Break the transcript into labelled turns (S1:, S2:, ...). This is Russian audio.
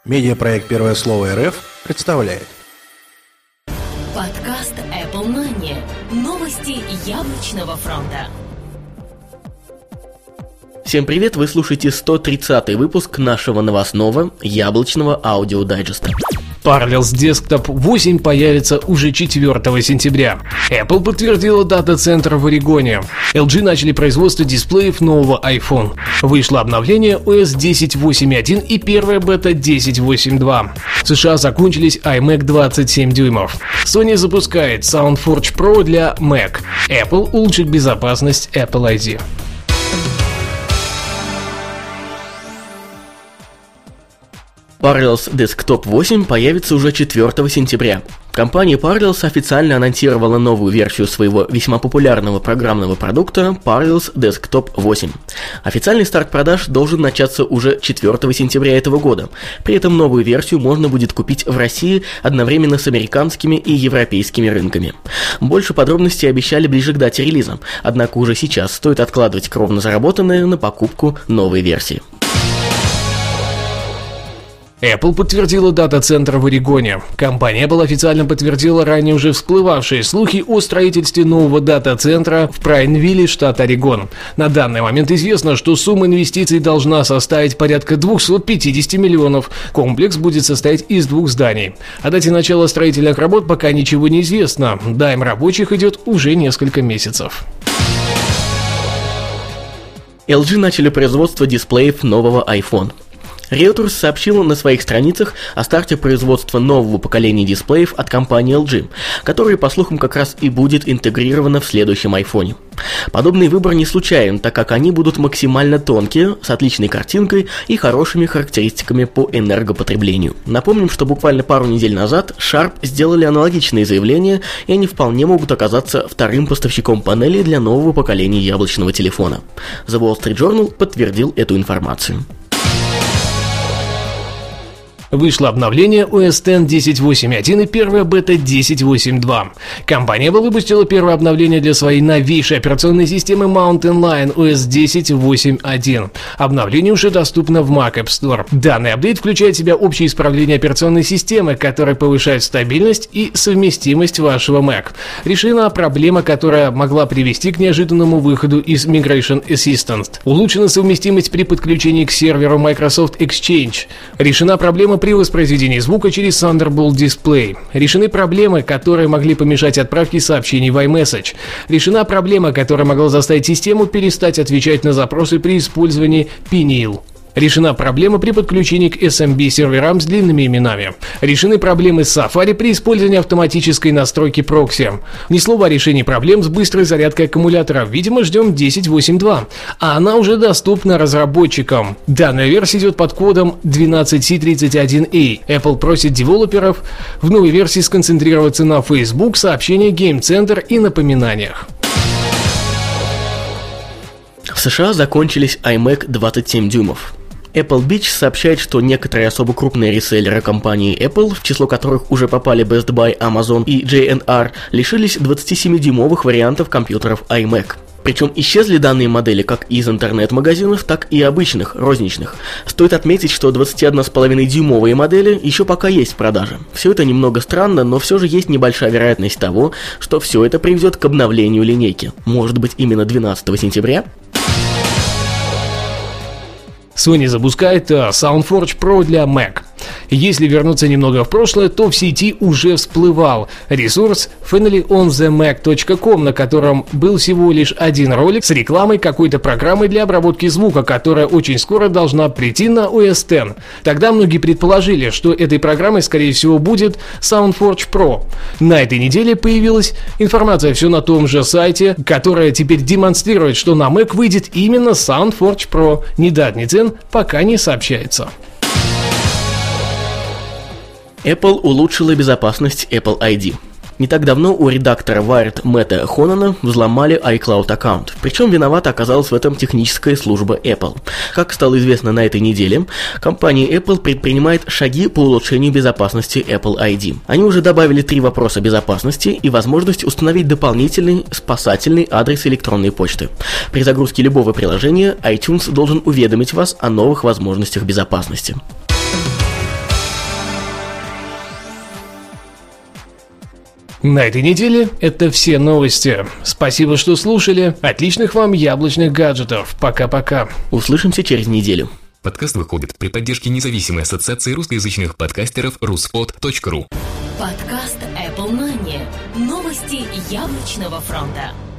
S1: Медиапроект «Первое слово РФ» представляет.
S2: Подкаст Apple Money. Новости яблочного фронта.
S3: Всем привет, вы слушаете 130-й выпуск нашего новостного яблочного аудиодайджеста.
S4: Parallels Desktop 8 появится уже 4 сентября. Apple подтвердила дата-центр в Орегоне. LG начали производство дисплеев нового iPhone. Вышло обновление OS 10.8.1 и первая бета 10.8.2. В США закончились iMac 27 дюймов. Sony запускает SoundForge Pro для Mac. Apple улучшит безопасность Apple ID.
S3: Parallels Desktop 8 появится уже 4 сентября. Компания Parallels официально анонсировала новую версию своего весьма популярного программного продукта Parallels Desktop 8. Официальный старт продаж должен начаться уже 4 сентября этого года. При этом новую версию можно будет купить в России одновременно с американскими и европейскими рынками. Больше подробностей обещали ближе к дате релиза, однако уже сейчас стоит откладывать кровно заработанное на покупку новой версии.
S4: Apple подтвердила дата-центр в Орегоне. Компания Apple официально подтвердила ранее уже всплывавшие слухи о строительстве нового дата-центра в Прайнвилле, штат Орегон. На данный момент известно, что сумма инвестиций должна составить порядка 250 миллионов. Комплекс будет состоять из 2 зданий. О дате начала строительных работ пока ничего не известно. Найм рабочих идет уже несколько месяцев.
S3: LG начали производство дисплеев нового iPhone. Reuters сообщил на своих страницах о старте производства нового поколения дисплеев от компании LG, который, по слухам, как раз и будет интегрировано в следующем iPhone. Подобный выбор не случайен, так как они будут максимально тонкие, с отличной картинкой и хорошими характеристиками по энергопотреблению. Напомним, что буквально пару недель назад Sharp сделали аналогичные заявления, и они вполне могут оказаться вторым поставщиком панелей для нового поколения яблочного телефона. The Wall Street Journal подтвердил эту информацию.
S4: Вышло обновление OS X 10.8.1 и первая бета 10.8.2. Компания Apple выпустила первое обновление для своей новейшей операционной системы Mountain Lion OS 10.8.1. Обновление уже доступно в Mac App Store. Данный апдейт включает в себя общее исправление операционной системы, которое повышает стабильность и совместимость вашего Mac. Решена проблема, которая могла привести к неожиданному выходу из Migration Assistant. Улучшена совместимость при подключении к серверу Microsoft Exchange. Решена проблема при воспроизведении звука через Thunderbolt Display. Решены проблемы, которые могли помешать отправке сообщений в iMessage. Решена проблема, которая могла заставить систему перестать отвечать на запросы при использовании Pineal. Решена проблема при подключении к SMB-серверам с длинными именами. Решены проблемы с Safari при использовании автоматической настройки прокси. Ни слова о решении проблем с быстрой зарядкой аккумулятора. Видимо, ждем 10.8.2. А она уже доступна разработчикам. Данная версия идет под кодом 12C31A. Apple просит девелоперов в новой версии сконцентрироваться на Facebook, сообщениях, Game Center и напоминаниях.
S3: В США закончились iMac 27 дюймов. Apple Beach сообщает, что некоторые особо крупные реселлеры компании Apple, в число которых уже попали Best Buy, Amazon и J&R, лишились 27-дюймовых вариантов компьютеров iMac. Причем исчезли данные модели как из интернет-магазинов, так и обычных, розничных. Стоит отметить, что 21,5-дюймовые модели еще пока есть в продаже. Все это немного странно, но все же есть небольшая вероятность того, что все это приведет к обновлению линейки. Может быть, именно 12 сентября?
S4: Sony запускает SoundForge Pro для Mac. Если вернуться немного в прошлое, то в сети уже всплывал ресурс finallyonthemac.com, на котором был всего лишь один ролик с рекламой какой-то программы для обработки звука, которая очень скоро должна прийти на OS X. Тогда многие предположили, что этой программой, скорее всего, будет SoundForge Pro. На этой неделе появилась информация все на том же сайте, которая теперь демонстрирует, что на Mac выйдет именно SoundForge Pro. Ни дат, ни цен пока не сообщается.
S3: Apple улучшила безопасность Apple ID. Не так давно у редактора Wired Мэтта Хонана взломали iCloud аккаунт, причем виновата оказалась в этом техническая служба Apple. Как стало известно на этой неделе, компания Apple предпринимает шаги по улучшению безопасности Apple ID. Они уже добавили 3 вопроса безопасности и возможность установить дополнительный спасательный адрес электронной почты. При загрузке любого приложения iTunes должен уведомить вас о новых возможностях безопасности.
S4: На этой неделе это все новости. Спасибо, что слушали. Отличных вам яблочных гаджетов. Пока-пока.
S3: Услышимся через неделю.
S5: Подкаст выходит при поддержке независимой ассоциации русскоязычных подкастеров ruspod.ru.
S2: Подкаст Apple Money. Новости яблочного фронта.